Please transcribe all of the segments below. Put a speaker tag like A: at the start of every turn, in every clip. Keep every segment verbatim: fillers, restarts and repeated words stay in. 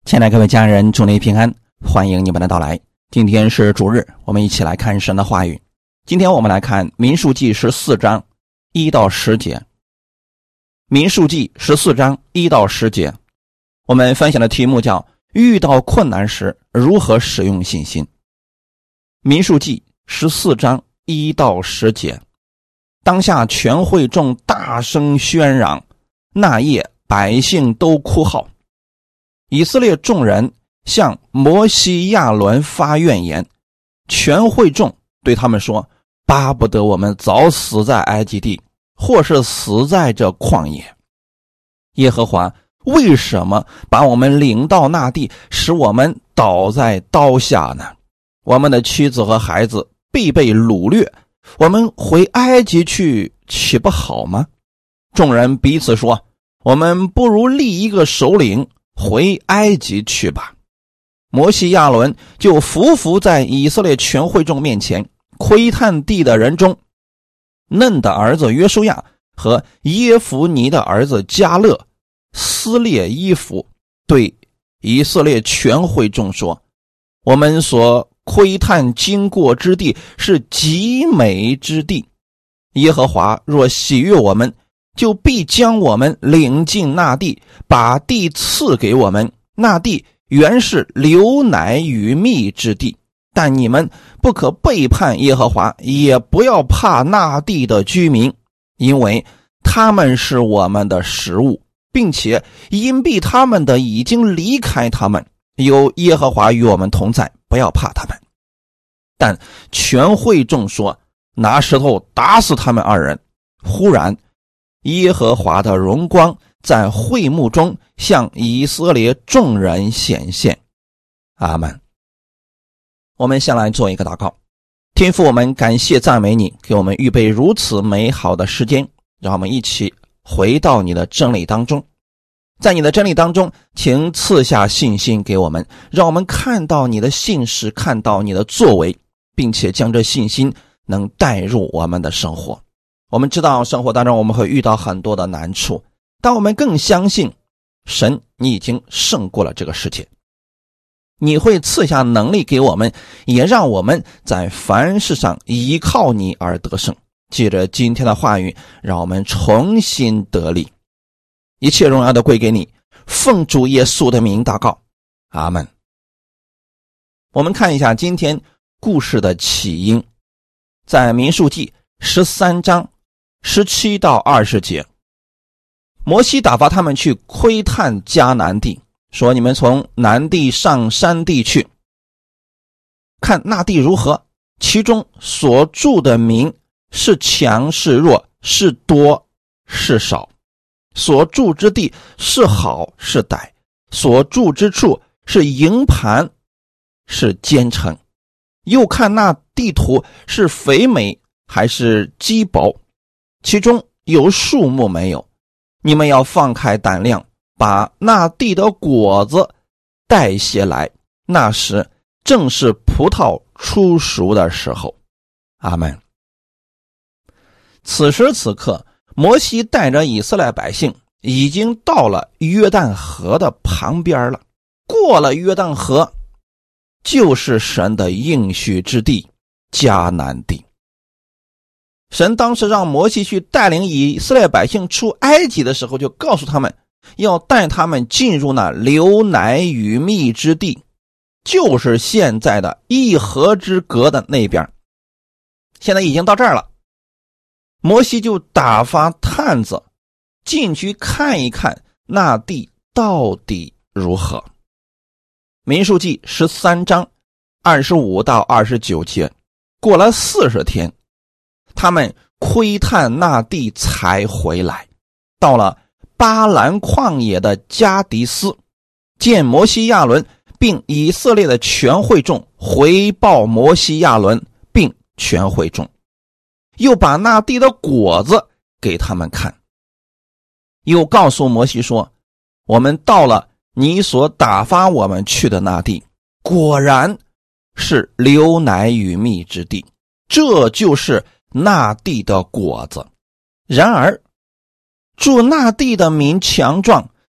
A: 亲爱的各位家人，祝你平安，欢迎你们的到来。今天是主日，我们一起来看神的话语。今天我们来看民数记十四章一到十节。民数记十四章一到十节，我们分享的题目叫遇到困难时如何使用信心。民数记十四章一到十节，当下全会众大声喧嚷，那夜百姓都哭号。以色列众人向摩西亚伦发怨言，全会众对他们说，巴不得我们早死在埃及地，或是死在这旷野。耶和华为什么把我们领到那地，使我们倒在刀下呢？我们的妻子和孩子必被掳掠，我们回埃及去岂不好吗？众人彼此说，我们不如立一个首领回埃及去吧。摩西亚伦就伏伏在以色列全会众面前，窥探地的人中，嫩的儿子约书亚和耶孚尼的儿子迦勒撕裂衣服，对以色列全会众说，我们所窥探经过之地是极美之地，耶和华若喜悦我们，就必将我们领进那地，把地赐给我们。那地原是流奶与蜜之地，但你们不可背叛耶和华，也不要怕那地的居民，因为他们是我们的食物，并且因避他们的已经离开他们，有耶和华与我们同在，不要怕他们。但全会众说，拿石头打死他们二人。忽然耶和华的荣光在会幕中向以色列众人显现。阿们。我们先来做一个祷告。天父，我们感谢赞美你，给我们预备如此美好的时间，让我们一起回到你的真理当中。在你的真理当中，请赐下信心给我们，让我们看到你的信实，看到你的作为，并且将这信心能带入我们的生活。我们知道生活当中我们会遇到很多的难处，但我们更相信神，你已经胜过了这个世界，你会赐下能力给我们，也让我们在凡事上依靠你而得胜。借着今天的话语，让我们重新得力，一切荣耀都归给你，奉主耶稣的名祷告，阿们。我们看一下今天故事的起因，在民数记十三章十七到二十节，摩西打发他们去窥探迦南地，说你们从南地上山地去，看那地如何，其中所住的民是强是弱，是多是少，所住之地是好是歹，所住之处是营盘是坚城，又看那地土是肥美还是稀薄，其中有树木没有，你们要放开胆量，把那地的果子带些来，那时正是葡萄出熟的时候。阿们。此时此刻，摩西带着以色列百姓已经到了约旦河的旁边了，过了约旦河就是神的应许之地迦南地。神当时让摩西去带领以色列百姓出埃及的时候，就告诉他们要带他们进入那流奶与蜜之地，就是现在的一河之隔的那边。现在已经到这儿了，摩西就打发探子进去看一看那地到底如何。民数记十三章二十五到二十九节，过了四十天，他们窥探那地才回来，到了巴兰旷野的加迪斯，见摩西亚伦并以色列的全会众，回报摩西亚伦并全会众，又把那地的果子给他们看，又告诉摩西说，我们到了你所打发我们去的那地，果然是流奶与蜜之地，这就是那地的果子。然而住那地的民强壮，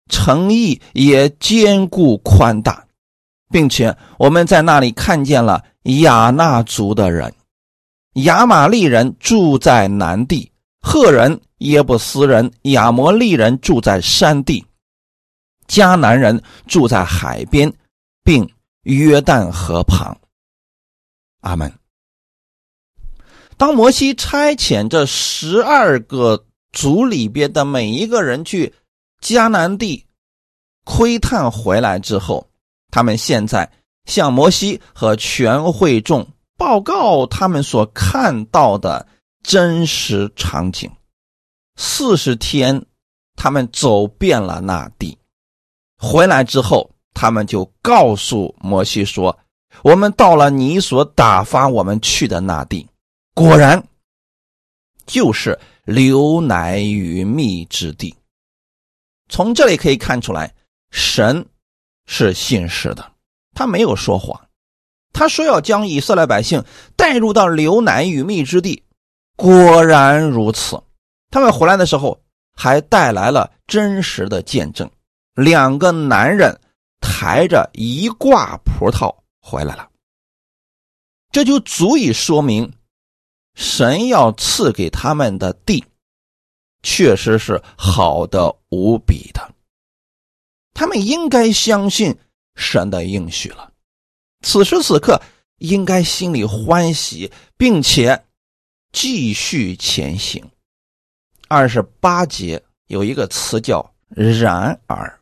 A: 诚意也坚固宽大，并且我们在那里看见了亚衲族的人，亚玛利人住在南地，赫人、耶布斯人、亚摩利人住在山地，迦南人住在海边，并约旦河旁。阿们。当摩西差遣这十二个族里边的每一个人去迦南地窥探回来之后，他们现在向摩西和全会众报告他们所看到的真实场景。四十天他们走遍了那地，回来之后他们就告诉摩西说，我们到了你所打发我们去的那地，果然就是流奶与蜜之地。从这里可以看出来，神是信实的，他没有说谎。他说要将以色列百姓带入到流奶与蜜之地，果然如此。他们回来的时候还带来了真实的见证，两个男人抬着一挂葡萄回来了。这就足以说明神要赐给他们的地确实是好的无比的，他们应该相信神的应许了。此时此刻应该心里欢喜，并且继续前行。二十八节有一个词叫然而，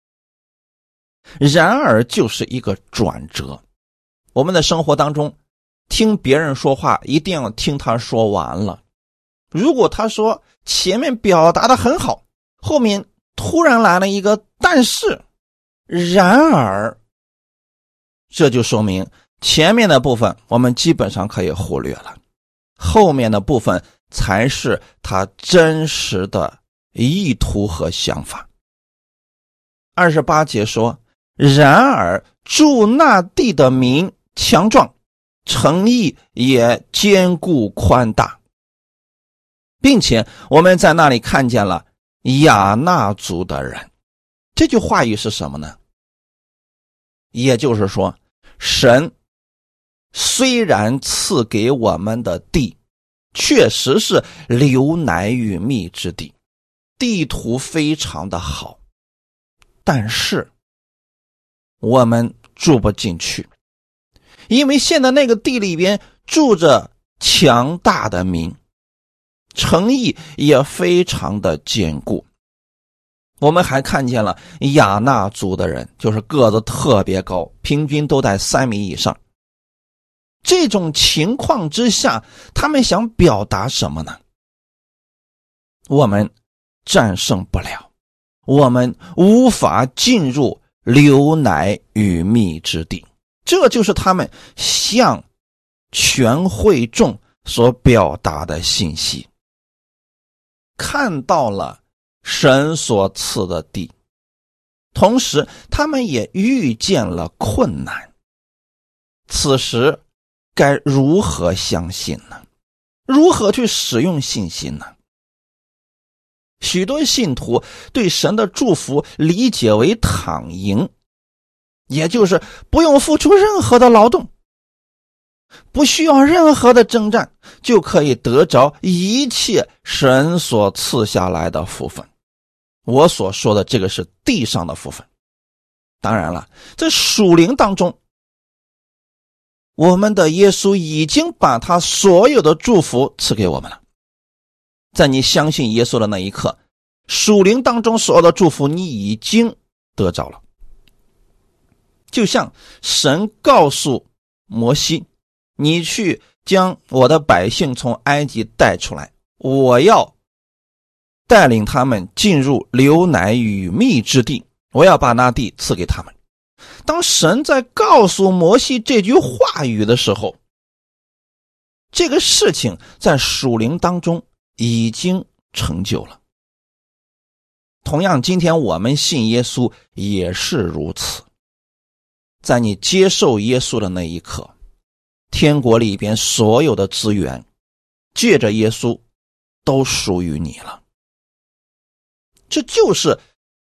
A: 然而就是一个转折。我们的生活当中听别人说话一定要听他说完了，如果他说前面表达的很好，后面突然来了一个但是然而，这就说明前面的部分我们基本上可以忽略了，后面的部分才是他真实的意图和想法。二十八节说，然而住那地的民强壮，诚意也坚固宽大，并且我们在那里看见了亚衲族的人。这句话语是什么呢？也就是说，神虽然赐给我们的地确实是流奶与蜜之地，地图非常的好，但是我们住不进去，因为现在那个地里边住着强大的民，诚意也非常的坚固。我们还看见了亚衲族的人，就是个子特别高，平均都在三米以上。这种情况之下，他们想表达什么呢？我们战胜不了，我们无法进入流奶与蜜之地，这就是他们向全会众所表达的信息。看到了神所赐的地，同时他们也遇见了困难，此时该如何相信呢？如何去使用信心呢？许多信徒对神的祝福理解为躺赢，也就是不用付出任何的劳动，不需要任何的征战，就可以得着一切神所赐下来的福分。我所说的这个是地上的福分，当然了，在属灵当中，我们的耶稣已经把他所有的祝福赐给我们了。在你相信耶稣的那一刻，属灵当中所有的祝福你已经得着了。就像神告诉摩西，你去将我的百姓从埃及带出来，我要带领他们进入流奶与蜜之地，我要把那地赐给他们。当神在告诉摩西这句话语的时候，这个事情在属灵当中已经成就了。同样，今天我们信耶稣也是如此。在你接受耶稣的那一刻，天国里边所有的资源借着耶稣都属于你了。这就是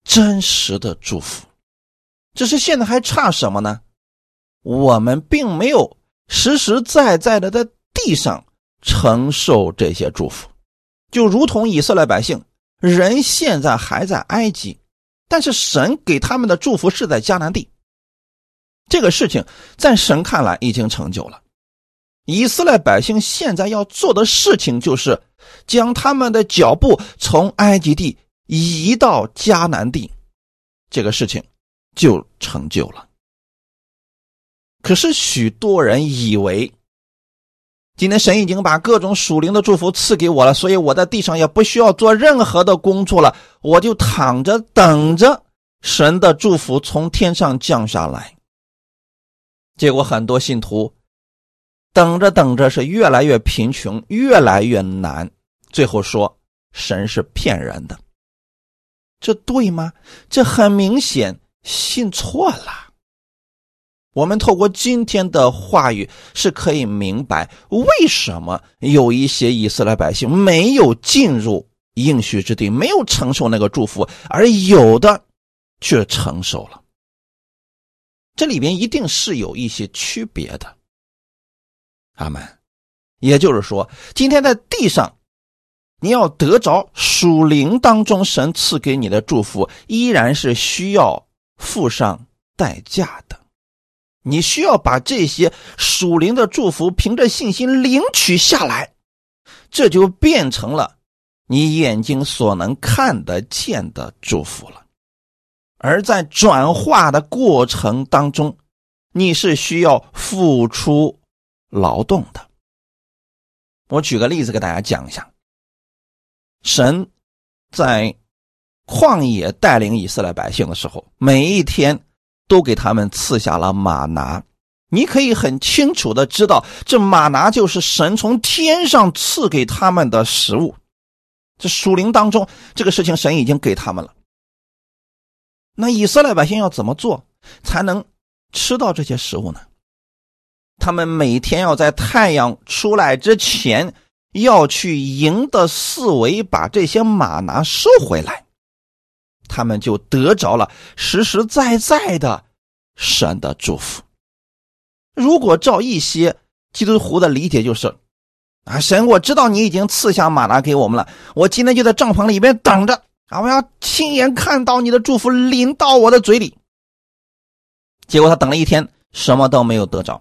A: 真实的祝福。只是现在还差什么呢？我们并没有实实在在的在地上承受这些祝福，就如同以色列百姓，人现在还在埃及，但是神给他们的祝福是在迦南地。这个事情在神看来已经成就了。以色列百姓现在要做的事情就是将他们的脚步从埃及地移到迦南地，这个事情就成就了。可是许多人以为今天神已经把各种属灵的祝福赐给我了，所以我在地上也不需要做任何的工作了，我就躺着等着神的祝福从天上降下来。结果很多信徒等着等着是越来越贫穷，越来越难，最后说神是骗人的。这对吗？这很明显信错了。我们透过今天的话语是可以明白为什么有一些以色列百姓没有进入应许之地，没有承受那个祝福，而有的却承受了。这里边一定是有一些区别的。阿们。也就是说，今天在地上你要得着属灵当中神赐给你的祝福，依然是需要付上代价的。你需要把这些属灵的祝福凭着信心领取下来，这就变成了你眼睛所能看得见的祝福了。而在转化的过程当中，你是需要付出劳动的。我举个例子给大家讲一下。神在旷野带领以色列百姓的时候，每一天都给他们赐下了玛拿。你可以很清楚的知道，这玛拿就是神从天上赐给他们的食物。这属灵当中这个事情神已经给他们了。那以色列百姓要怎么做才能吃到这些食物呢？他们每天要在太阳出来之前要去营的四围把这些玛拿收回来，他们就得着了实实在在的神的祝福。如果照一些基督徒的理解，就是啊，神我知道你已经赐下玛拿给我们了，我今天就在帐篷里面等着啊，我要亲眼看到你的祝福临到我的嘴里。结果他等了一天，什么都没有得着。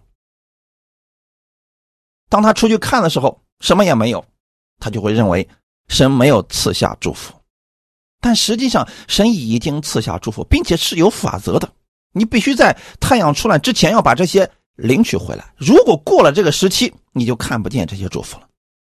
A: 当他出去看的时候，什么也没有，他就会认为神没有赐下祝福。但实际上神已经赐下祝福，并且是有法则的，你必须在太阳出来之前要把这些领取回来，如果过了这个时期，你就看不见这些祝福了。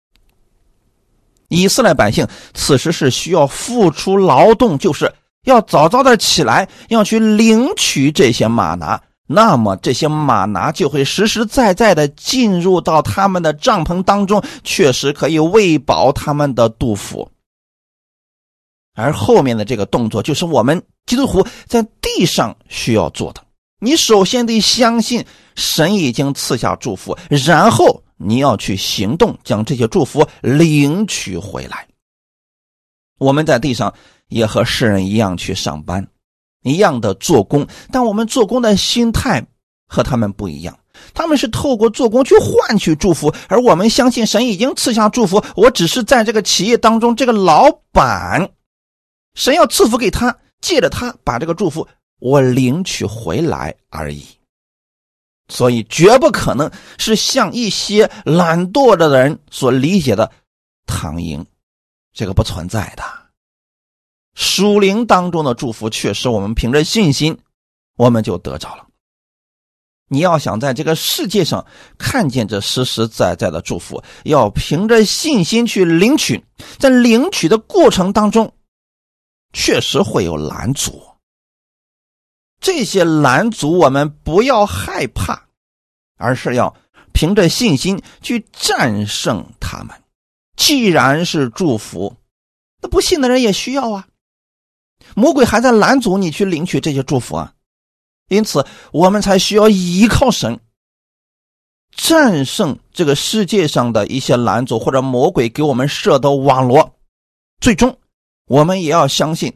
A: 以色列百姓此时是需要付出劳动，就是要早早的起来，要去领取这些玛拿，那么这些玛拿就会实实在在的进入到他们的帐篷当中，确实可以喂饱他们的肚腹。而后面的这个动作就是我们基督徒在地上需要做的。你首先得相信神已经赐下祝福，然后你要去行动，将这些祝福领取回来。我们在地上也和世人一样去上班，一样的做工，但我们做工的心态和他们不一样。他们是透过做工去换取祝福，而我们相信神已经赐下祝福，我只是在这个企业当中这个老板，神要赐福给他，借着他把这个祝福我领取回来而已。所以绝不可能是像一些懒惰的人所理解的躺赢，这个不存在的。属灵当中的祝福确实我们凭着信心我们就得着了。你要想在这个世界上看见这实实在在的祝福，要凭着信心去领取，在领取的过程当中确实会有拦阻，这些拦阻我们不要害怕，而是要凭着信心去战胜他们。既然是祝福，那不信的人也需要啊，魔鬼还在拦阻你去领取这些祝福啊，因此我们才需要依靠神战胜这个世界上的一些拦阻，或者魔鬼给我们设的网罗。最终我们也要相信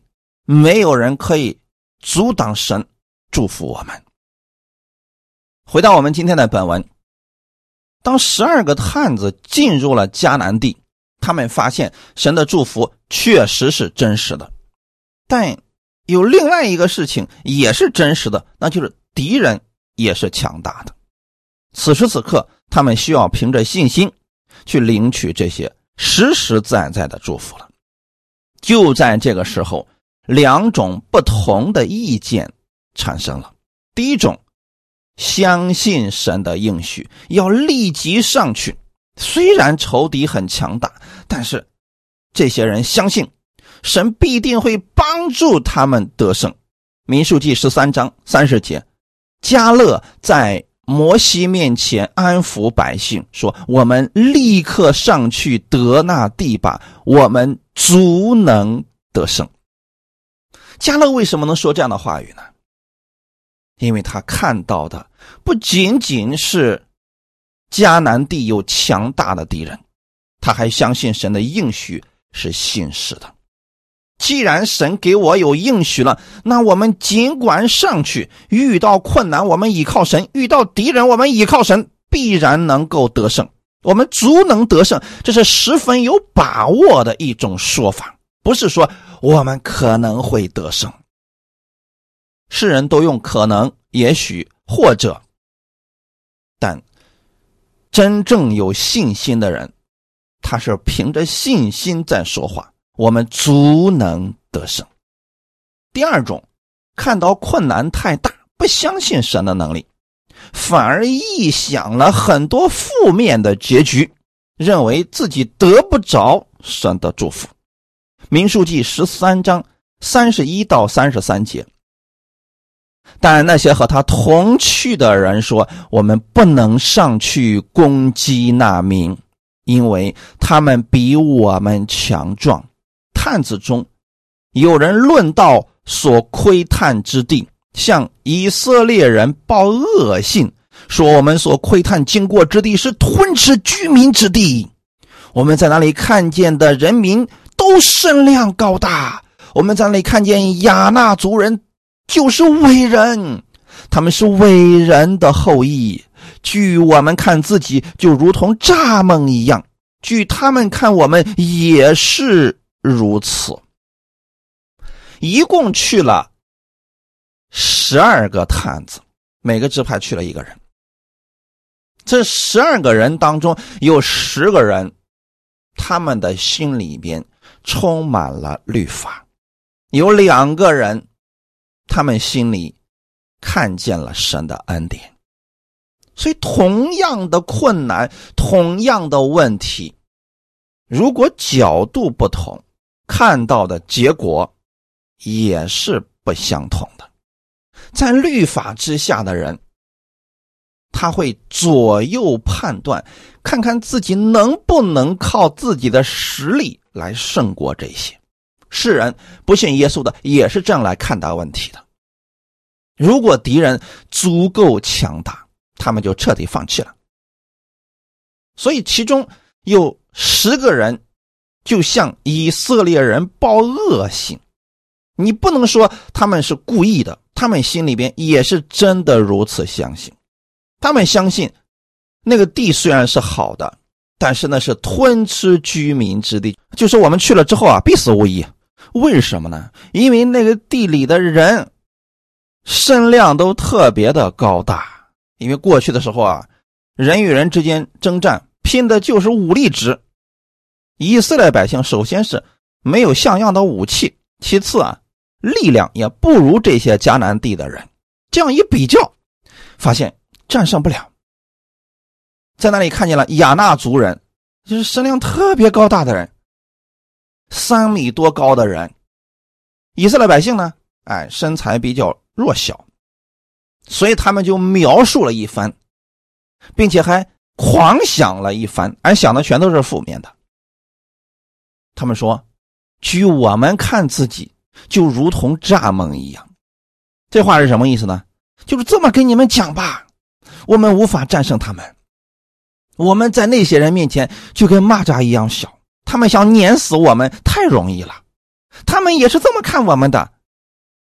A: 没有人可以阻挡神祝福我们。回到我们今天的本文，当十二个探子进入了迦南地，他们发现神的祝福确实是真实的，但有另外一个事情也是真实的，那就是敌人也是强大的。此时此刻，他们需要凭着信心去领取这些实实在在的祝福了。就在这个时候，两种不同的意见产生了。第一种，相信神的应许，要立即上去，虽然仇敌很强大，但是这些人相信神必定会帮助他们得胜。民数记十三章三十节，迦勒在摩西面前安抚百姓，说我们立刻上去得那地吧，我们足能得胜。迦勒为什么能说这样的话语呢？因为他看到的不仅仅是迦南地有强大的敌人，他还相信神的应许是信实的。既然神给我有应许了，那我们尽管上去，遇到困难我们依靠神，遇到敌人我们依靠神，必然能够得胜，我们足能得胜。这是十分有把握的一种说法，不是说我们可能会得胜。世人都用可能、也许、或者，但真正有信心的人，他是凭着信心在说话，我们足能得胜。第二种，看到困难太大，不相信神的能力，反而臆想了很多负面的结局，认为自己得不着神的祝福。民数记十三章三十一到三十三节，但那些和他同去的人说，我们不能上去攻击那民，因为他们比我们强壮。探子中有人论到所窥探之地，向以色列人报恶信，说我们所窥探经过之地是吞吃居民之地，我们在那里看见的人民都身量高大，我们在那里看见亚衲族人就是伟人，他们是伟人的后裔，据我们看自己就如同蚱蜢一样，据他们看我们也是如此。一共去了十二个探子，每个支派去了一个人。这十二个人当中有十个人，他们的心里边充满了律法，有两个人他们心里看见了神的恩典。所以同样的困难，同样的问题，如果角度不同，看到的结果也是不相同的。在律法之下的人，他会左右判断，看看自己能不能靠自己的实力来胜过这些。世人不信耶稣的也是这样来看待问题的。如果敌人足够强大，他们就彻底放弃了。所以其中有十个人就向以色列人报恶信，你不能说他们是故意的，他们心里边也是真的如此相信。他们相信那个地虽然是好的，但是那是吞吃居民之地，就是我们去了之后啊，必死无疑。为什么呢？因为那个地里的人身量都特别的高大。因为过去的时候啊，人与人之间征战拼的就是武力值。以色列百姓首先是没有像样的武器，其次啊，力量也不如这些迦南地的人。这样一比较，发现战胜不了。在那里看见了亚衲族人，就是身量特别高大的人，三米多高的人。以色列百姓呢，哎，身材比较弱小，所以他们就描述了一番，并且还狂想了一番，而想的全都是负面的。他们说，据我们看自己就如同蚱蜢一样。这话是什么意思呢？就是这么跟你们讲吧，我们无法战胜他们，我们在那些人面前就跟蚂蚱一样小，他们想碾死我们太容易了，他们也是这么看我们的，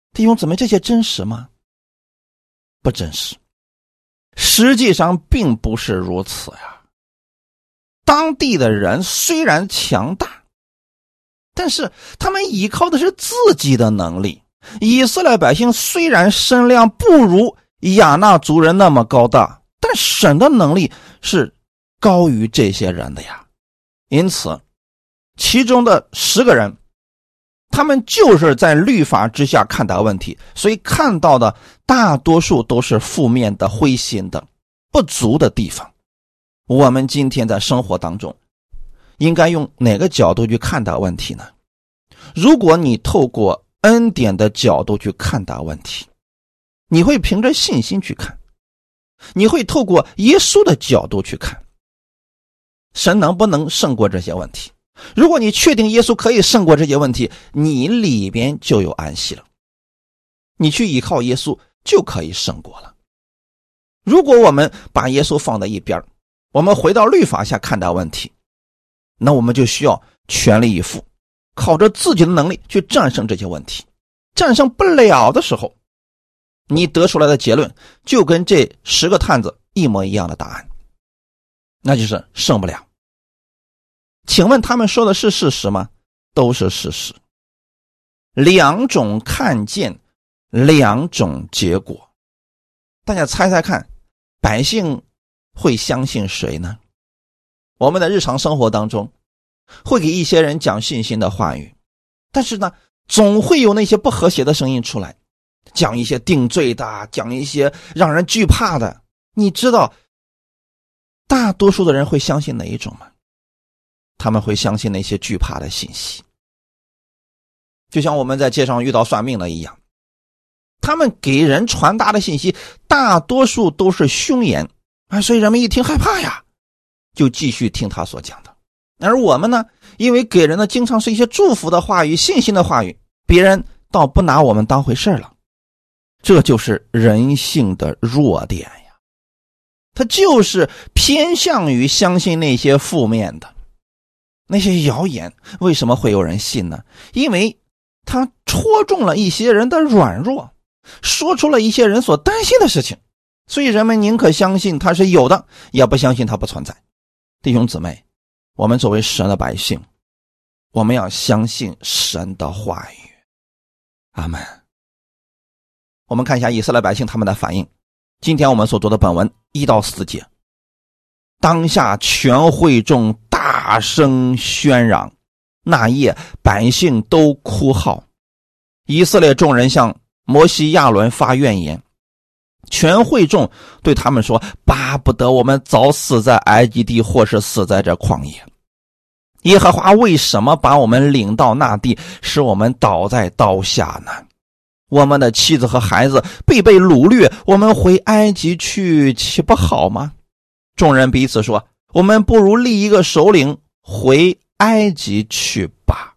A: 弟兄姊妹，这些真实吗？不真实。实际上并不是如此呀。当地的人虽然强大，但是他们依靠的是自己的能力。以色列百姓虽然身量不如亚衲族人那么高大，但神的能力是高于这些人的呀。因此其中的十个人，他们就是在律法之下看待问题，所以看到的大多数都是负面的、灰心的、不足的地方。我们今天在生活当中应该用哪个角度去看待问题呢？如果你透过恩典的角度去看待问题，你会凭着信心去看，你会透过耶稣的角度去看，神能不能胜过这些问题？如果你确定耶稣可以胜过这些问题，你里边就有安息了，你去依靠耶稣就可以胜过了。如果我们把耶稣放在一边，我们回到律法下看待问题，那我们就需要全力以赴，靠着自己的能力去战胜这些问题。战胜不了的时候，你得出来的结论就跟这十个探子一模一样的答案，那就是胜不了。请问他们说的是事实吗？都是事实。两种看见，两种结果。大家猜猜看，百姓会相信谁呢？我们的日常生活当中会给一些人讲信心的话语，但是呢，总会有那些不和谐的声音出来，讲一些定罪的，讲一些让人惧怕的。你知道大多数的人会相信哪一种吗？他们会相信那些惧怕的信息。就像我们在街上遇到算命的一样，他们给人传达的信息大多数都是凶言啊，所以人们一听害怕呀，就继续听他所讲的。而我们呢，因为给人的经常是一些祝福的话语、信心的话语，别人倒不拿我们当回事了。这就是人性的弱点呀，他就是偏向于相信那些负面的那些谣言。为什么会有人信呢？因为他戳中了一些人的软弱，说出了一些人所担心的事情，所以人们宁可相信它是有的，也不相信它不存在。弟兄姊妹，我们作为神的百姓，我们要相信神的话语。阿们。我们看一下以色列百姓他们的反应。今天我们所读的本文一到四节，当下全会众大声喧嚷，那夜百姓都哭号。以色列众人向摩西亚伦发怨言，全会众对他们说，巴不得我们早死在埃及地，或是死在这旷野。耶和华为什么把我们领到那地，使我们倒在刀下呢？我们的妻子和孩子必被掳掠，我们回埃及去岂不好吗？众人彼此说，我们不如立一个首领回埃及去吧。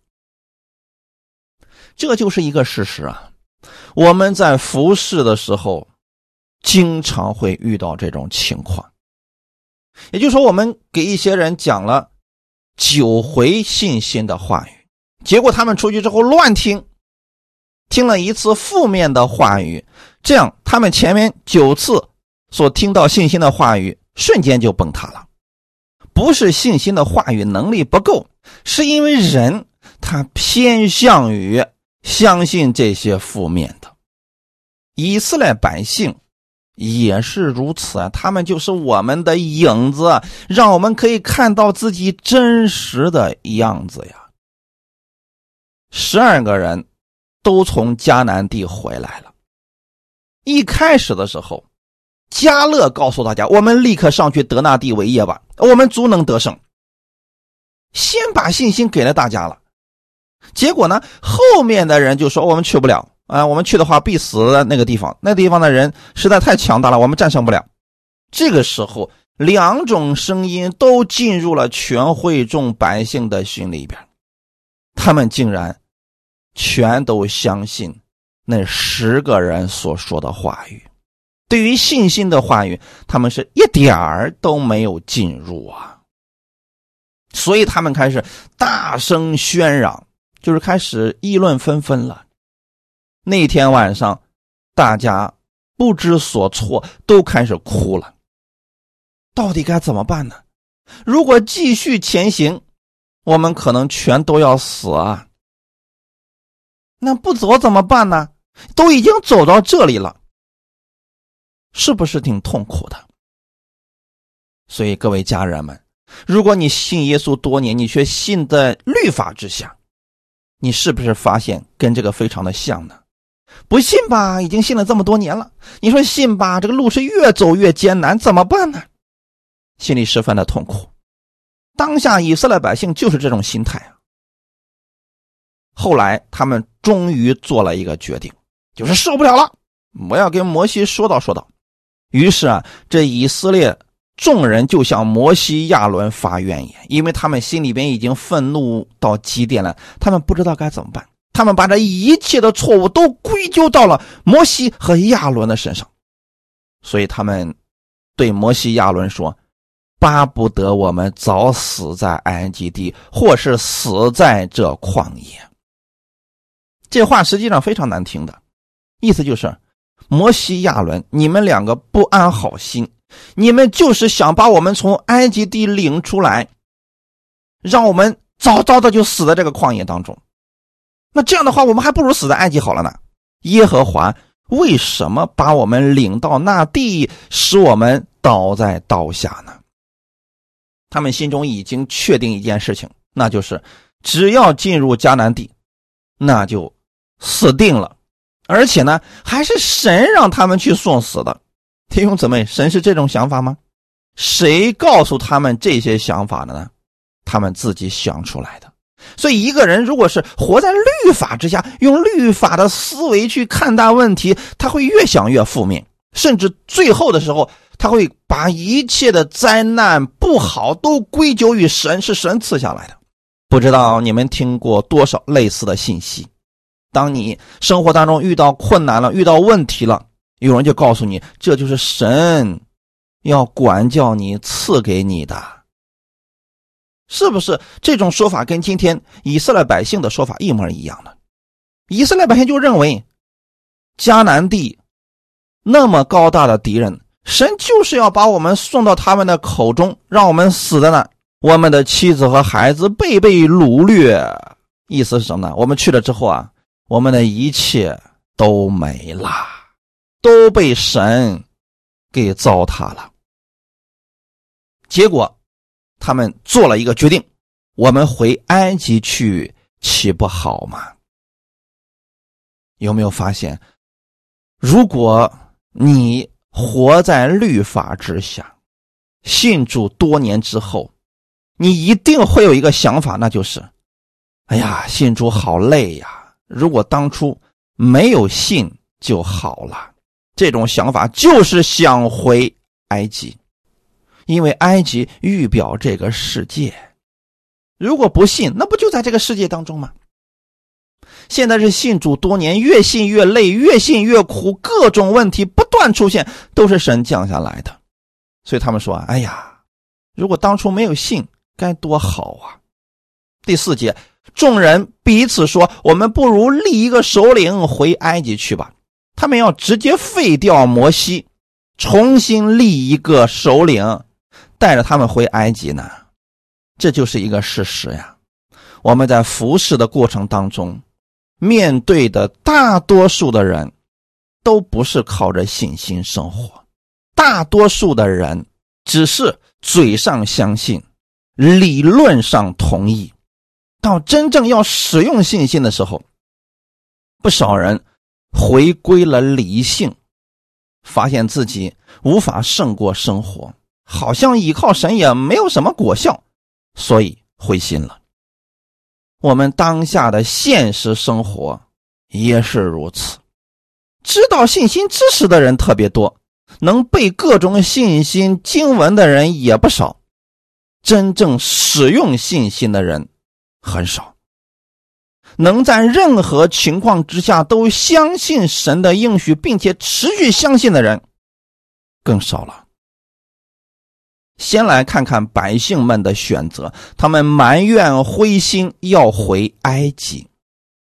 A: 这就是一个事实啊。我们在服侍的时候经常会遇到这种情况，也就是说，我们给一些人讲了九回信心的话语，结果他们出去之后乱听，听了一次负面的话语，这样他们前面九次所听到信心的话语瞬间就崩塌了。不是信心的话语能力不够，是因为人他偏向于相信这些负面的。以色列百姓也是如此啊，他们就是我们的影子，让我们可以看到自己真实的样子呀。十二个人都从迦南地回来了。一开始的时候，迦勒告诉大家，我们立刻上去得那地为业吧，我们足能得胜。先把信心给了大家了。结果呢，后面的人就说我们去不了啊，我们去的话必死在那个地方，那地方的人实在太强大了，我们战胜不了。这个时候，两种声音都进入了全会众百姓的心里边，他们竟然全都相信那十个人所说的话语。对于信心的话语，他们是一点儿都没有进入啊。所以他们开始大声喧嚷，就是开始议论纷纷了。 那天晚上大家不知所措，都开始哭了。到底该怎么办呢？如果继续前行，我们可能全都要死啊。那不走怎么办呢？都已经走到这里了，是不是挺痛苦的？所以各位家人们，如果你信耶稣多年，你却信在律法之下，你是不是发现跟这个非常的像呢？不信吧，已经信了这么多年了，你说信吧，这个路是越走越艰难，怎么办呢？心里十分的痛苦。当下以色列百姓就是这种心态啊。后来他们终于做了一个决定，就是受不了了，我要跟摩西说道说道。于是啊，这以色列众人就向摩西亚伦发怨言，因为他们心里边已经愤怒到极点了，他们不知道该怎么办，他们把这一切的错误都归咎到了摩西和亚伦的身上。所以他们对摩西亚伦说，巴不得我们早死在埃及地，或是死在这旷野。这话实际上非常难听的，意思就是摩西亚伦，你们两个不安好心，你们就是想把我们从埃及地领出来，让我们早早的就死在这个旷野当中。那这样的话，我们还不如死在埃及好了呢。耶和华为什么把我们领到那地，使我们倒在刀下呢？他们心中已经确定一件事情，那就是只要进入迦南地，那就死定了。而且呢，还是神让他们去送死的。弟兄姊妹，神是这种想法吗？谁告诉他们这些想法的呢？他们自己想出来的。所以一个人如果是活在律法之下，用律法的思维去看待问题，他会越想越负面，甚至最后的时候他会把一切的灾难不好都归咎于神，是神赐下来的。不知道你们听过多少类似的信息，当你生活当中遇到困难了，遇到问题了，有人就告诉你，这就是神要管教你赐给你的。是不是这种说法跟今天以色列百姓的说法一模一样的？以色列百姓就认为迦南地那么高大的敌人，神就是要把我们送到他们的口中，让我们死在那，我们的妻子和孩子被被掳掠。意思是什么呢？我们去了之后啊，我们的一切都没了，都被神给糟蹋了。结果他们做了一个决定，我们回埃及去岂不好吗？有没有发现，如果你活在律法之下，信主多年之后，你一定会有一个想法，那就是哎呀，信主好累呀，如果当初没有信就好了。这种想法就是想回埃及，因为埃及预表这个世界，如果不信，那不就在这个世界当中吗？现在是信主多年，越信越累，越信越苦，各种问题不断出现，都是神降下来的。所以他们说，哎呀，如果当初没有信该多好啊。第四节，众人彼此说，我们不如立一个首领回埃及去吧。他们要直接废掉摩西，重新立一个首领带着他们回埃及呢。这就是一个事实呀。我们在服侍的过程当中，面对的大多数的人都不是靠着信心生活，大多数的人只是嘴上相信，理论上同意，到真正要使用信心的时候，不少人回归了理性，发现自己无法胜过生活，好像依靠神也没有什么果效，所以灰心了。我们当下的现实生活也是如此，知道信心知识的人特别多，能背各种信心经文的人也不少，真正使用信心的人很少。能在任何情况之下都相信神的应许并且持续相信的人更少了。先来看看百姓们的选择，他们埋怨灰心要回埃及，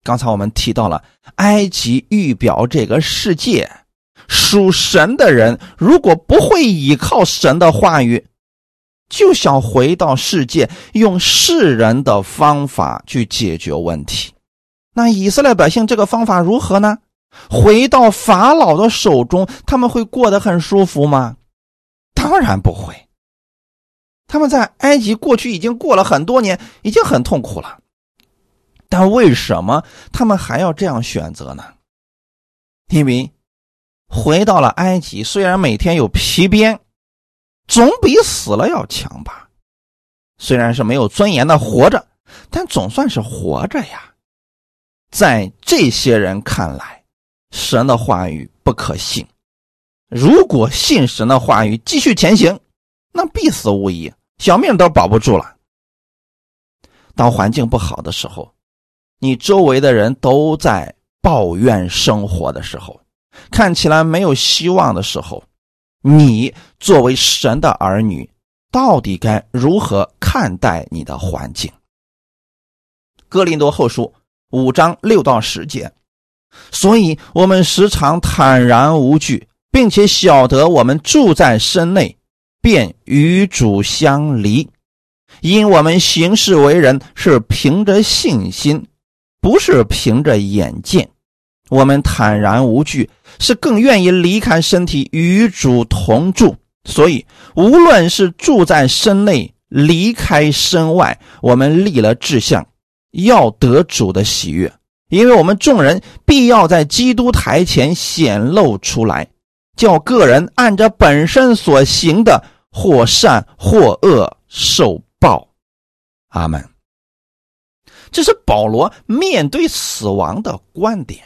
A: 刚才我们提到了埃及预表这个世界，属神的人如果不会依靠神的话语，就想回到世界，用世人的方法去解决问题。那以色列百姓这个方法如何呢？回到法老的手中，他们会过得很舒服吗？当然不会。他们在埃及过去已经过了很多年，已经很痛苦了。但为什么他们还要这样选择呢？因为回到了埃及，虽然每天有皮鞭，总比死了要强吧。虽然是没有尊严的活着，但总算是活着呀。在这些人看来，神的话语不可信。如果信神的话语继续前行，那必死无疑，小命都保不住了。当环境不好的时候，你周围的人都在抱怨生活的时候，看起来没有希望的时候，你作为神的儿女，到底该如何看待你的环境？哥林多后书五章六到十节，所以我们时常坦然无惧，并且晓得我们住在身内，便与主相离，因我们行事为人是凭着信心，不是凭着眼见。我们坦然无惧，是更愿意离开身体与主同住。所以无论是住在身内，离开身外，我们立了志向，要得主的喜悦。因为我们众人必要在基督台前显露出来，叫个人按着本身所行的，或善或恶受报。阿们。这是保罗面对死亡的观点，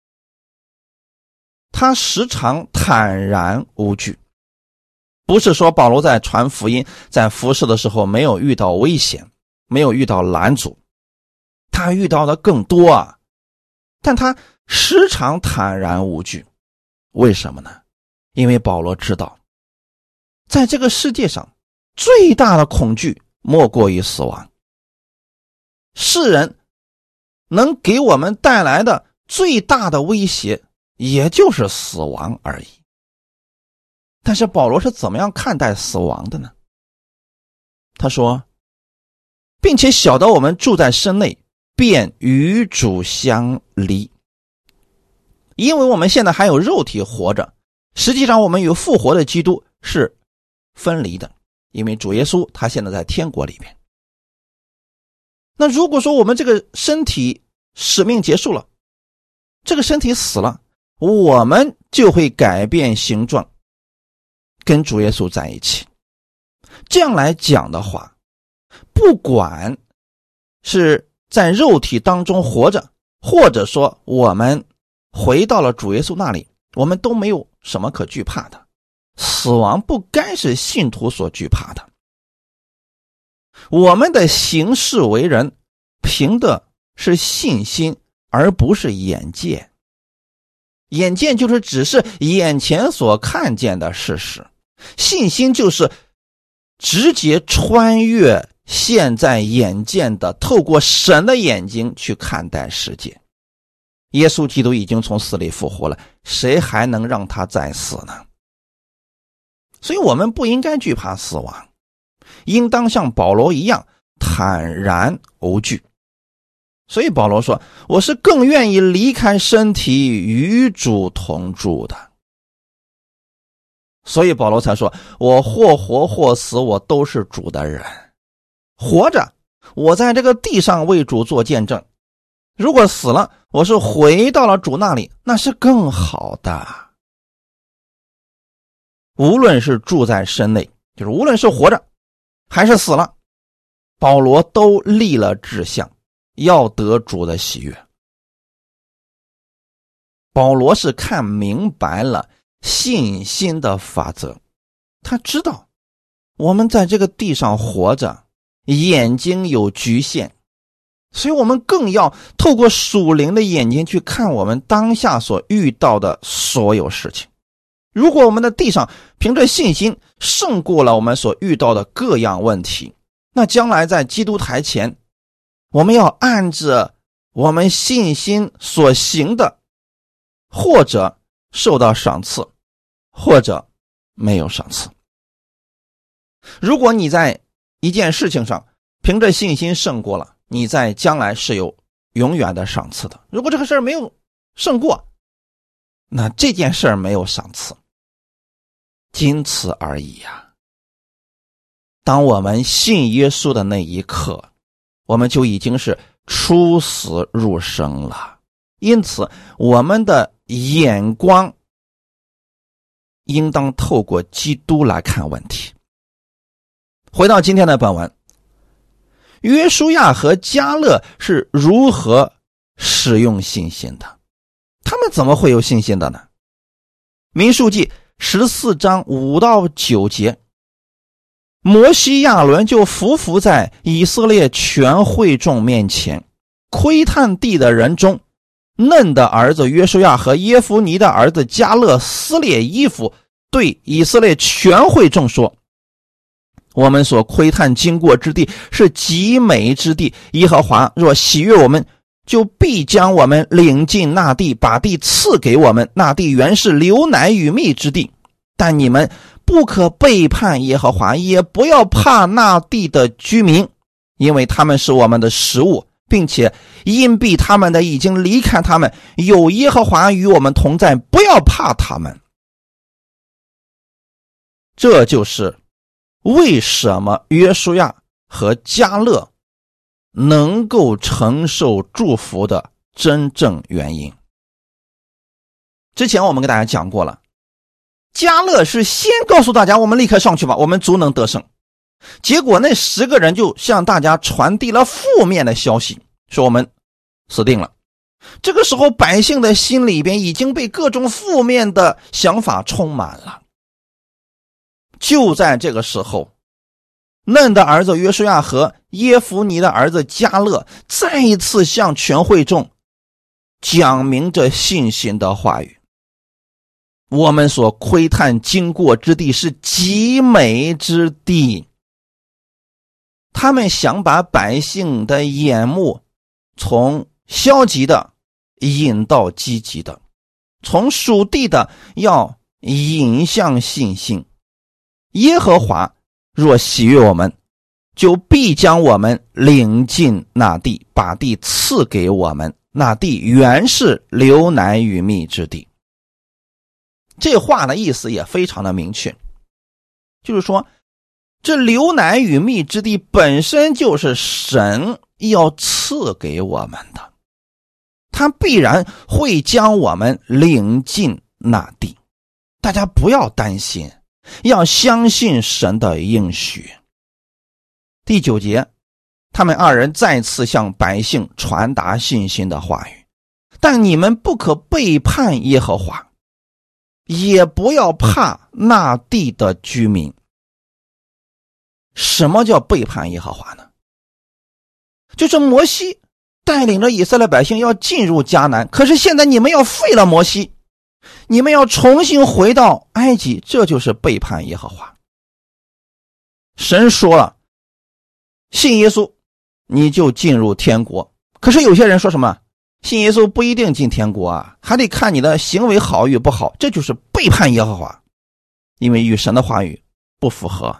A: 他时常坦然无惧。不是说保罗在传福音，在服事的时候没有遇到危险，没有遇到拦阻，他遇到的更多啊。但他时常坦然无惧。为什么呢？因为保罗知道，在这个世界上最大的恐惧莫过于死亡。世人能给我们带来的最大的威胁也就是死亡而已。但是保罗是怎么样看待死亡的呢？他说，并且晓得我们住在身内，便与主相离。因为我们现在还有肉体活着，实际上我们与复活的基督是分离的，因为主耶稣他现在在天国里面。那如果说我们这个身体使命结束了，这个身体死了，我们就会改变形状，跟主耶稣在一起。这样来讲的话，不管是在肉体当中活着，或者说我们回到了主耶稣那里，我们都没有什么可惧怕的。死亡不该是信徒所惧怕的。我们的行事为人凭的是信心，而不是眼见。眼见就是只是眼前所看见的事实，信心就是直接穿越现在眼见的，透过神的眼睛去看待世界。耶稣基督已经从死里复活了，谁还能让他再死呢？所以我们不应该惧怕死亡，应当像保罗一样坦然无惧。所以保罗说，我是更愿意离开身体与主同住的。所以保罗才说，我或活或死，我都是主的人。活着，我在这个地上为主做见证，如果死了，我是回到了主那里，那是更好的。无论是住在身内，就是无论是活着还是死了，保罗都立了志向，要得主的喜悦。保罗是看明白了信心的法则，他知道我们在这个地上活着，眼睛有局限，所以我们更要透过属灵的眼睛去看我们当下所遇到的所有事情。如果我们的地上凭着信心胜过了我们所遇到的各样问题，那将来在基督台前，我们要按着我们信心所行的，或者受到赏赐，或者没有赏赐。如果你在一件事情上凭着信心胜过了，你在将来是有永远的赏赐的。如果这个事儿没有胜过，那这件事儿没有赏赐，仅此而已呀、啊。当我们信耶稣的那一刻，我们就已经是出死入生了。因此我们的眼光应当透过基督来看问题。回到今天的本文，约书亚和迦勒是如何使用信心的？他们怎么会有信心的呢？民数记十四章五到九节，摩西亚伦就匍匐在以色列全会众面前，窥探地的人中，嫩的儿子约书亚和耶孚尼的儿子迦勒撕裂衣服，对以色列全会众说：我们所窥探经过之地是极美之地，耶和华若喜悦我们，就必将我们领进那地，把地赐给我们。那地原是流奶与蜜之地，但你们不可背叛耶和华，也不要怕那地的居民，因为他们是我们的食物，并且因避他们的已经离开他们，有耶和华与我们同在，不要怕他们。这就是为什么约书亚和迦勒能够承受祝福的真正原因。之前我们跟大家讲过了，迦勒是先告诉大家我们立刻上去吧，我们足能得胜。结果那十个人就向大家传递了负面的消息，说我们死定了。这个时候百姓的心里边已经被各种负面的想法充满了。就在这个时候，嫩的儿子约书亚和耶孚尼的儿子迦勒再一次向全会众讲明着信心的话语。我们所窥探经过之地是极美之地。他们想把百姓的眼目从消极的引到积极的，从属地的要引向信心。耶和华若喜悦我们，就必将我们领进那地，把地赐给我们。那地原是流奶与蜜之地。这话的意思也非常的明确，就是说这流奶与蜜之地本身就是神要赐给我们的，他必然会将我们领进那地。大家不要担心，要相信神的应许。第九节，他们二人再次向百姓传达信心的话语，但你们不可背叛耶和华，也不要怕那地的居民。什么叫背叛耶和华呢？就是摩西带领着以色列百姓要进入迦南，可是现在你们要废了摩西，你们要重新回到埃及，这就是背叛耶和华。神说了，信耶稣你就进入天国。可是有些人说什么，信耶稣不一定进天国啊，还得看你的行为好与不好，这就是背叛耶和华，因为与神的话语不符合。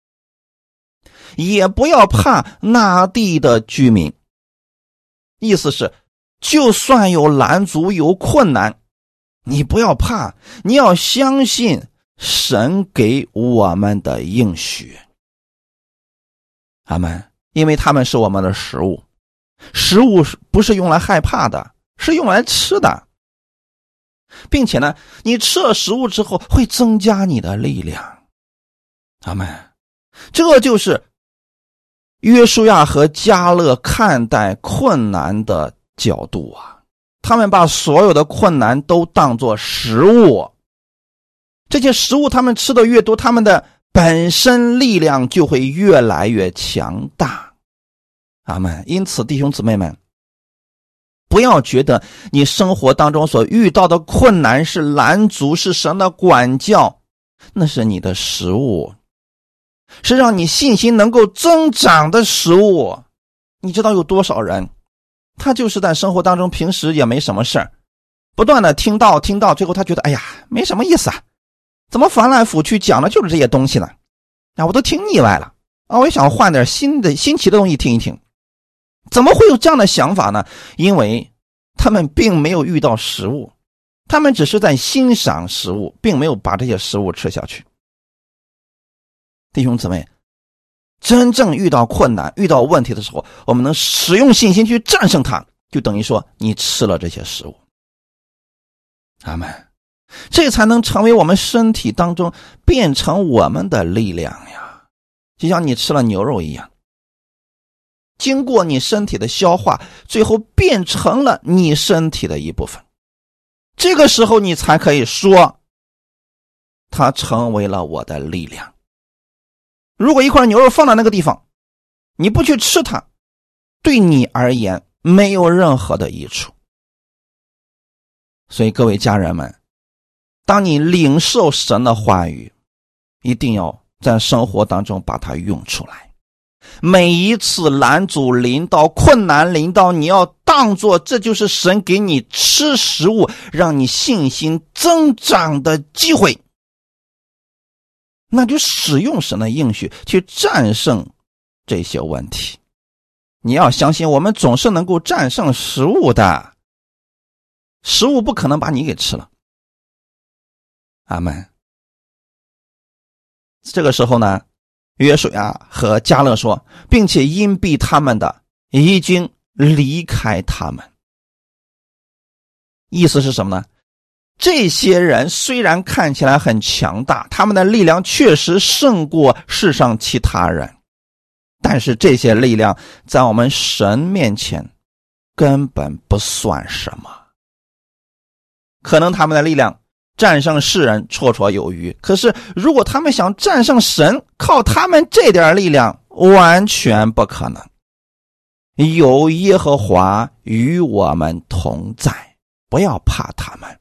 A: 也不要怕那地的居民，意思是就算有拦阻有困难，你不要怕，你要相信神给我们的应许。阿们。因为他们是我们的食物，食物不是用来害怕的，是用来吃的，并且呢，你吃了食物之后会增加你的力量。阿们。这就是约书亚和迦勒看待困难的角度啊，他们把所有的困难都当作食物，这些食物他们吃的越多，他们的本身力量就会越来越强大。阿们。因此弟兄姊妹们，不要觉得你生活当中所遇到的困难是拦阻，是神的管教，那是你的食物，是让你信心能够增长的食物。你知道有多少人他就是在生活当中平时也没什么事儿，不断的听到听到，最后他觉得哎呀没什么意思啊，怎么翻来覆去讲的就是这些东西呢？啊，我都听腻歪了啊，我也想换点新的新奇的东西听一听。怎么会有这样的想法呢？因为他们并没有遇到食物，他们只是在欣赏食物，并没有把这些食物吃下去。弟兄姊妹，真正遇到困难遇到问题的时候，我们能使用信心去战胜它，就等于说你吃了这些食物。阿们，这才能成为我们身体当中变成我们的力量呀，就像你吃了牛肉一样，经过你身体的消化，最后变成了你身体的一部分。这个时候你才可以说它成为了我的力量。如果一块牛肉放到那个地方，你不去吃它，对你而言没有任何的益处。所以各位家人们，当你领受神的话语，一定要在生活当中把它用出来。每一次拦阻临到，困难临到，你要当作这就是神给你吃食物，让你信心增长的机会。那就使用神的应许去战胜这些问题。你要相信，我们总是能够战胜食物的，食物不可能把你给吃了。阿们。这个时候呢，约书亚和迦勒说，并且荫蔽他们的已经离开他们。意思是什么呢？这些人虽然看起来很强大，他们的力量确实胜过世上其他人，但是这些力量在我们神面前根本不算什么。可能他们的力量战胜世人绰绰有余，可是如果他们想战胜神，靠他们这点力量完全不可能。有耶和华与我们同在，不要怕他们。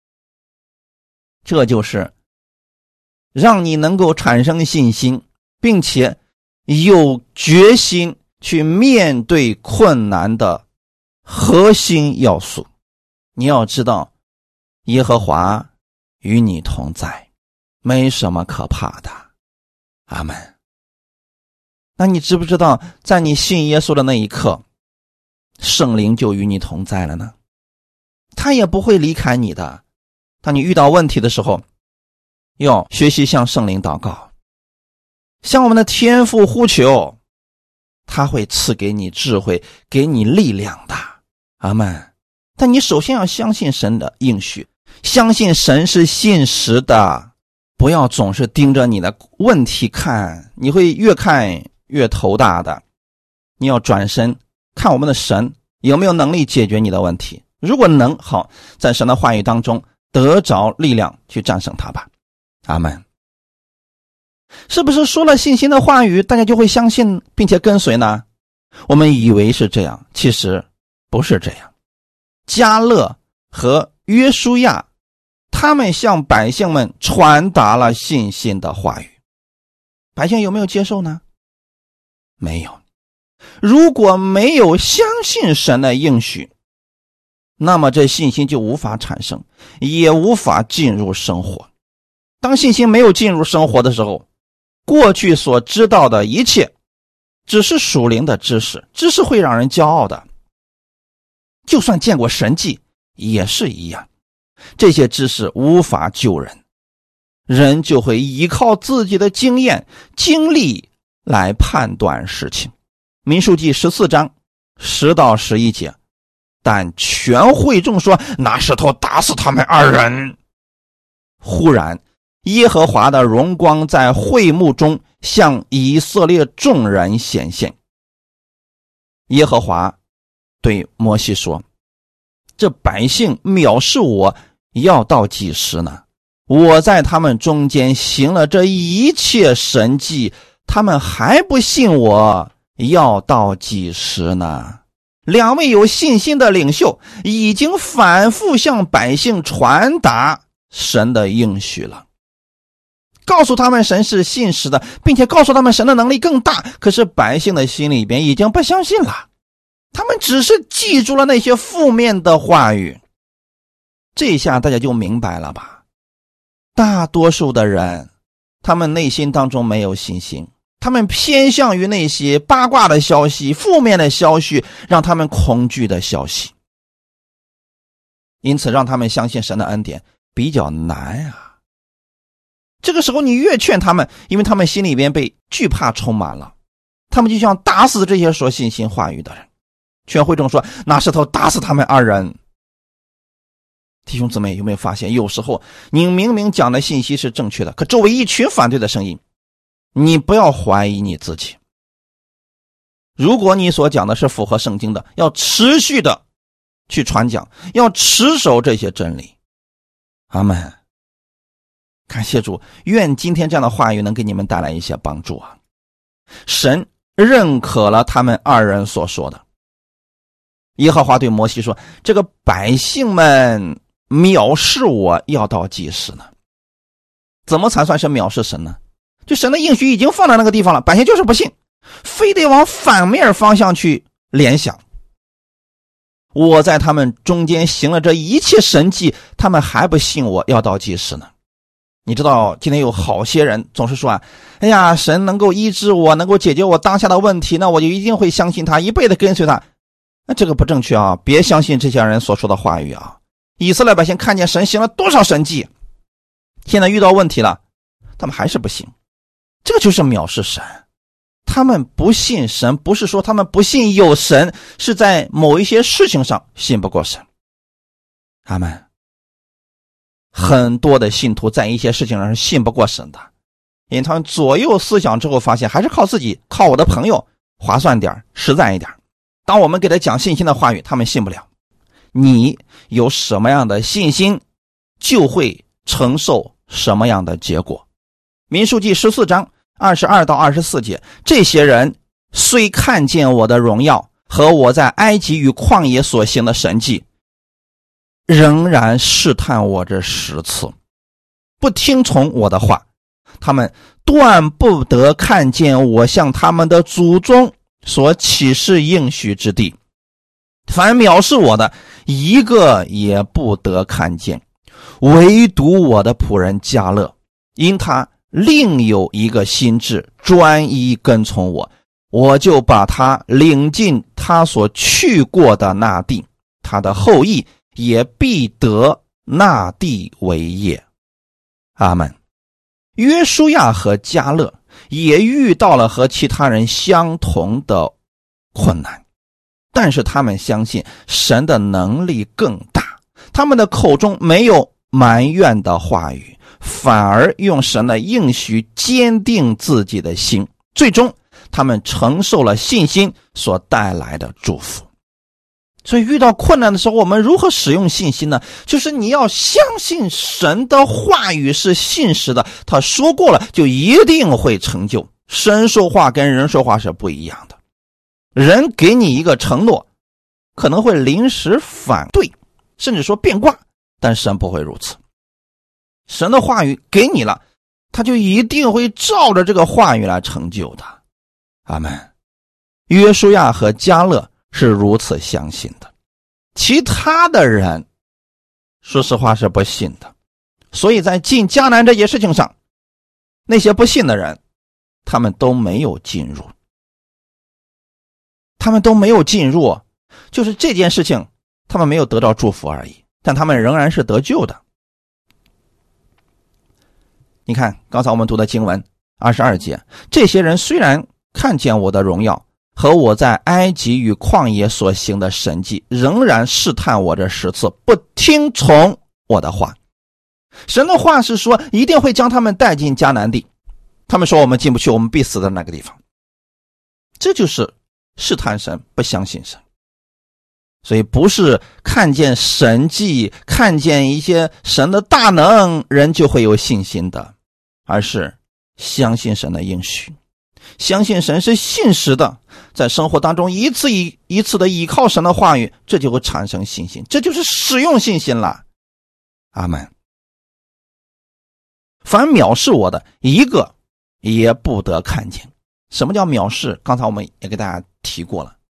A: 这就是让你能够产生信心，并且有决心去面对困难的核心要素。你要知道，耶和华与你同在，没什么可怕的。阿们。那你知不知道，在你信耶稣的那一刻，圣灵就与你同在了呢？他也不会离开你的。当你遇到问题的时候，要学习向圣灵祷告，向我们的天父呼求，他会赐给你智慧，给你力量的。阿们。但你首先要相信神的应许，相信神是信实的，不要总是盯着你的问题看，你会越看越头大的。你要转身看我们的神有没有能力解决你的问题，如果能，好，在神的话语当中得着力量去战胜它吧。阿们。是不是说了信心的话语，大家就会相信并且跟随呢？我们以为是这样，其实不是这样。迦勒和约书亚他们向百姓们传达了信心的话语，百姓有没有接受呢？没有。如果没有相信神的应许，那么这信心就无法产生，也无法进入生活。当信心没有进入生活的时候，过去所知道的一切只是属灵的知识，知识会让人骄傲的。就算见过神迹也是一样，这些知识无法救人，人就会依靠自己的经验经历来判断事情。民数记十四章十到十一节，但全会众说，拿石头打死他们二人。忽然耶和华的荣光在会幕中向以色列众人显现。耶和华对摩西说，这百姓藐视我，要到几时呢？我在他们中间行了这一切神迹，他们还不信我，要到几时呢？两位有信心的领袖已经反复向百姓传达神的应许了，告诉他们神是信实的，并且告诉他们神的能力更大，可是百姓的心里边已经不相信了。 他们只是记住了那些负面的话语。这下大家就明白了吧？大多数的人，他们内心当中没有信心，他们偏向于那些八卦的消息、负面的消息，让他们恐惧的消息。因此让他们相信神的恩典比较难啊。这个时候你越劝他们，因为他们心里边被惧怕充满了，他们就想打死这些说信心话语的人。劝会众说，拿石头打死他们二人。弟兄姊妹，有没有发现，有时候你明明讲的信息是正确的，可周围一群反对的声音，你不要怀疑你自己。如果你所讲的是符合圣经的，要持续的去传讲，要持守这些真理。阿们。感谢主，愿今天这样的话语能给你们带来一些帮助啊！神认可了他们二人所说的。耶和华对摩西说，这个百姓们藐视我，要到几时呢？怎么才算是藐视神呢？就神的应许已经放在那个地方了，百姓就是不信，非得往反面方向去联想。我在他们中间行了这一切神迹，他们还不信我，要到几时呢？你知道今天有好些人总是说啊，哎呀，神能够医治我，能够解决我当下的问题，那我就一定会相信他，一辈子跟随他。那这个不正确啊，别相信这些人所说的话语啊。以色列百姓看见神行了多少神迹，现在遇到问题了，他们还是不信。这个就是藐视神。他们不信神，不是说他们不信有神，是在某一些事情上信不过神。阿们。很多的信徒在一些事情上是信不过神的，因为他们左右思想之后发现还是靠自己，靠我的朋友划算点，实在一点。当我们给他讲信心的话语，他们信不了。你有什么样的信心，就会承受什么样的结果。民数记十四章二十二到二十四节，这些人虽看见我的荣耀和我在埃及与旷野所行的神迹，仍然试探我这十次，不听从我的话，他们断不得看见我向他们的祖宗所启示应许之地。凡藐视我的，一个也不得看见，唯独我的仆人迦勒，因他另有一个心志，专一跟从我，我就把他领进他所去过的那地，他的后裔也必得那地为业。阿们。约书亚和迦勒也遇到了和其他人相同的困难，但是他们相信神的能力更大，他们的口中没有埋怨的话语，反而用神的应许坚定自己的心，最终他们承受了信心所带来的祝福。所以遇到困难的时候，我们如何使用信心呢？就是你要相信神的话语是信实的，他说过了就一定会成就。神说话跟人说话是不一样的，人给你一个承诺，可能会临时反对，甚至说变卦，但神不会如此。神的话语给你了，他就一定会照着这个话语来成就的。阿们。约书亚和迦勒是如此相信的，其他的人说实话是不信的。所以在进迦南这些事情上，那些不信的人他们都没有进入，他们都没有进入，就是这件事情他们没有得到祝福而已，但他们仍然是得救的。你看刚才我们读的经文二十二节，这些人虽然看见我的荣耀和我在埃及与旷野所行的神迹，仍然试探我这十次，不听从我的话。神的话是说一定会将他们带进迦南地，他们说我们进不去，我们必死在那个地方。这就是试探神，不相信神。所以不是看见神迹，看见一些神的大能，人就会有信心的，而是相信神的应许，相信神是信实的，在生活当中一次一一次的依靠神的话语，这就会产生信心，这就是使用信心了。阿们。凡藐视我的，一个也不得看见。什么叫藐视？刚才我们也给大家提过了，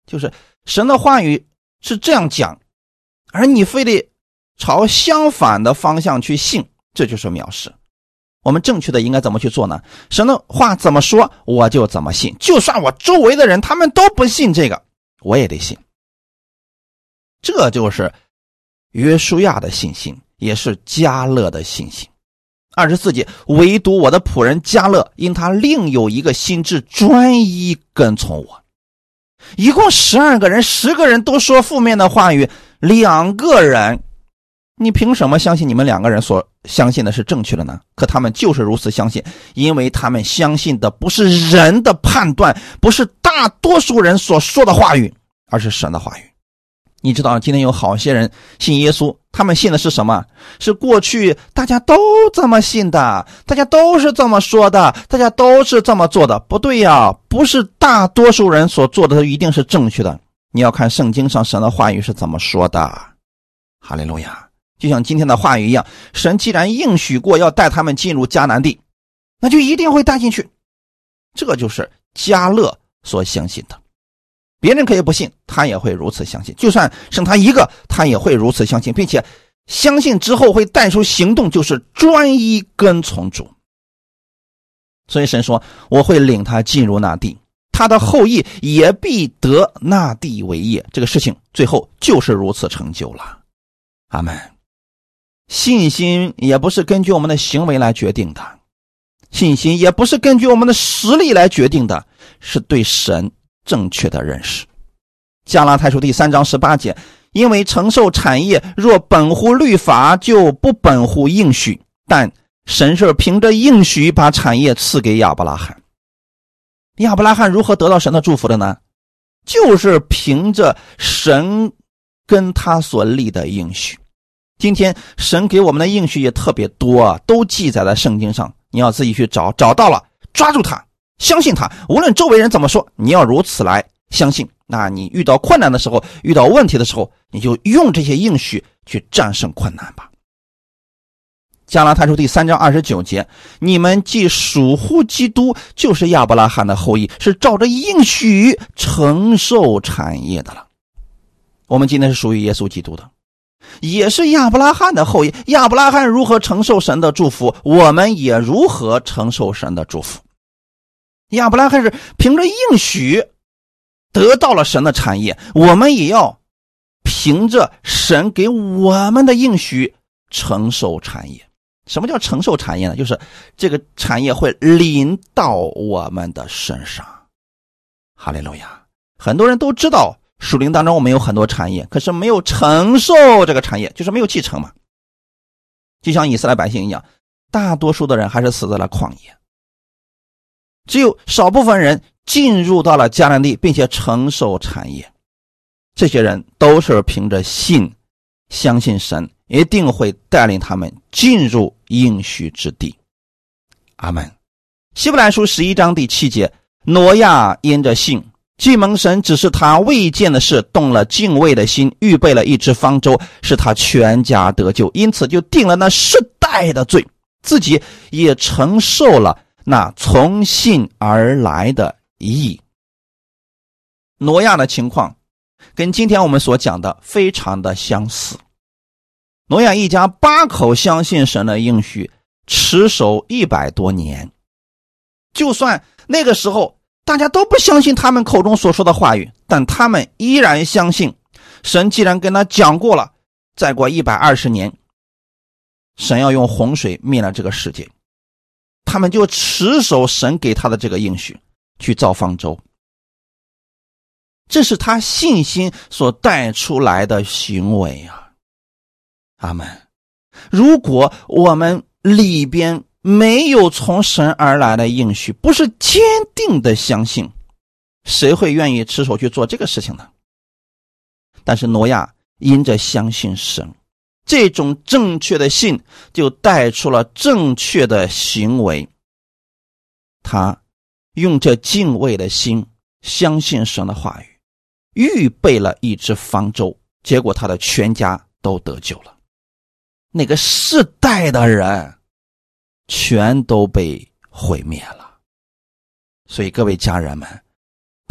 A: 就是神的话语是这样讲，而你非得朝相反的方向去信，这就是藐视。我们正确的应该怎么去做呢？神的话怎么说我就怎么信，就算我周围的人他们都不信这个，我也得信。这就是约书亚的信心，也是迦勒的信心。二十四节，唯独我的仆人迦勒，因他另有一个心志，专一跟从我。一共十二个人，十个人都说负面的话语，两个人，你凭什么相信你们两个人所相信的是正确的呢？可他们就是如此相信，因为他们相信的不是人的判断，不是大多数人所说的话语，而是神的话语。你知道今天有好些人信耶稣，他们信的是什么？是过去大家都这么信的，大家都是这么说的，大家都是这么做的。不对呀，不是大多数人所做的一定是正确的。你要看圣经上神的话语是怎么说的。哈利路亚！就像今天的话语一样，神既然应许过要带他们进入迦南地，那就一定会带进去。这就是迦勒所相信的。别人可以不信，他也会如此相信，就算剩他一个，他也会如此相信，并且相信之后会带出行动，就是专一跟从主。所以神说，我会领他进入那地，他的后裔也必得那地为业。这个事情最后就是如此成就了。阿们。信心也不是根据我们的行为来决定的，信心也不是根据我们的实力来决定的，是对神正确的认识。加拉太书第三章十八节，因为承受产业若本乎律法，就不本乎应许，但神是凭着应许把产业赐给亚伯拉罕。亚伯拉罕如何得到神的祝福的呢？就是凭着神跟他所立的应许。今天神给我们的应许也特别多，都记载在圣经上，你要自己去找，找到了抓住它，相信它，无论周围人怎么说，你要如此来相信。那你遇到困难的时候，遇到问题的时候，你就用这些应许去战胜困难吧。加拉太书第三章二十九节，你们既属乎基督，就是亚伯拉罕的后裔，是照着应许承受产业的了。我们今天是属于耶稣基督的，也是亚伯拉罕的后裔。亚伯拉罕如何承受神的祝福，我们也如何承受神的祝福。亚伯拉罕是凭着应许得到了神的产业，我们也要凭着神给我们的应许承受产业。什么叫承受产业呢？就是这个产业会临到我们的身上。哈利路亚！很多人都知道属灵当中我们有很多产业，可是没有承受这个产业，就是没有继承嘛。就像以色列百姓一样，大多数的人还是死在了旷野，只有少部分人进入到了迦南地，并且承受产业。这些人都是凭着信，相信神一定会带领他们进入应许之地。阿们。希伯来书十一章第七节，挪亚因着信，既蒙神指示他未见的事，动了敬畏的心，预备了一只方舟，使他全家得救，因此就定了那世代的罪，自己也承受了那从信而来的义。挪亚的情况跟今天我们所讲的非常的相似。挪亚一家八口相信神的应许，持守一百多年。就算那个时候大家都不相信他们口中所说的话语，但他们依然相信神既然跟他讲过了，再过一百二十年神要用洪水灭了这个世界，他们就持守神给他的这个应许，去造方舟。这是他信心所带出来的行为啊！阿们。如果我们里边没有从神而来的应许，不是坚定的相信，谁会愿意持守去做这个事情呢？但是挪亚因着相信神，这种正确的信就带出了正确的行为。他用这敬畏的心相信神的话语，预备了一只方舟，结果他的全家都得救了。那个世代的人全都被毁灭了。所以各位家人们，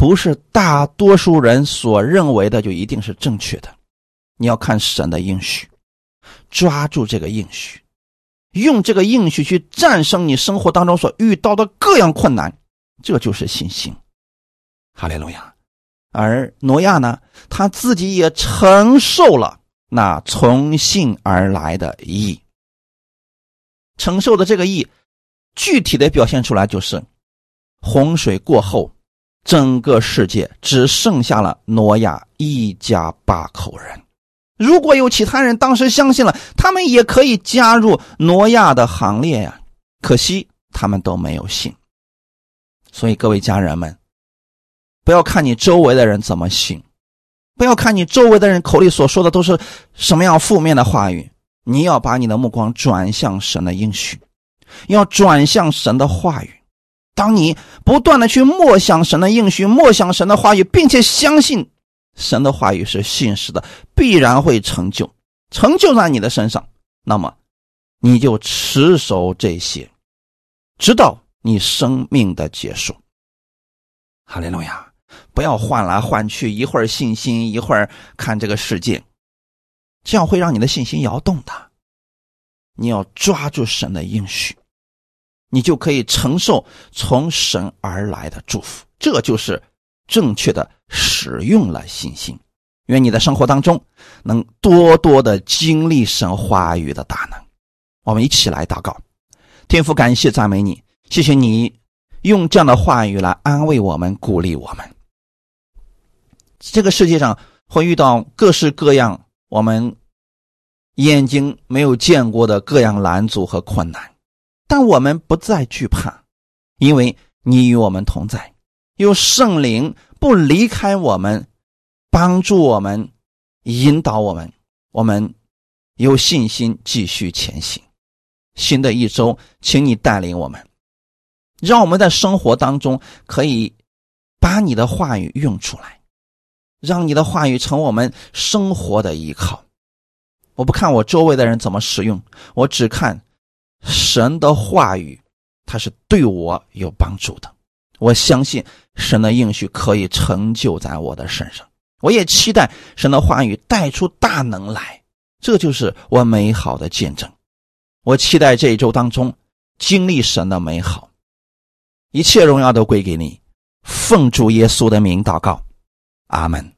A: 不是大多数人所认为的就一定是正确的。你要看神的应许，抓住这个应许，用这个应许去战胜你生活当中所遇到的各样困难，这就是信心。哈利路亚。而挪亚呢，他自己也承受了那从信而来的义。承受的这个义具体的表现出来就是洪水过后，整个世界只剩下了挪亚一家八口人。如果有其他人当时相信了，他们也可以加入挪亚的行列呀，可惜他们都没有信。所以各位家人们，不要看你周围的人怎么信，不要看你周围的人口里所说的都是什么样负面的话语，你要把你的目光转向神的应许，要转向神的话语。当你不断的去默想神的应许，默想神的话语，并且相信神的话语是信实的，必然会成就，成就在你的身上，那么你就持守这些，直到你生命的结束。哈利路亚。不要换来换去，一会儿信心，一会儿看这个世界，这样会让你的信心摇动的。你要抓住神的应许，你就可以承受从神而来的祝福，这就是正确的使用了信心。愿你的生活当中能多多的经历神话语的大能。我们一起来祷告。天父，感谢赞美你，谢谢你用这样的话语来安慰我们，鼓励我们。这个世界上会遇到各式各样我们眼睛没有见过的各样拦阻和困难，但我们不再惧怕，因为你与我们同在，有圣灵不离开我们，帮助我们，引导我们，我们有信心继续前行。新的一周，请你带领我们，让我们在生活当中可以把你的话语用出来，让你的话语成我们生活的依靠。我不看我周围的人怎么使用，我只看神的话语，它是对我有帮助的。我相信神的应许可以成就在我的身上，我也期待神的话语带出大能来，这就是我美好的见证。我期待这一周当中经历神的美好，一切荣耀都归给你，奉主耶稣的名祷告，阿们。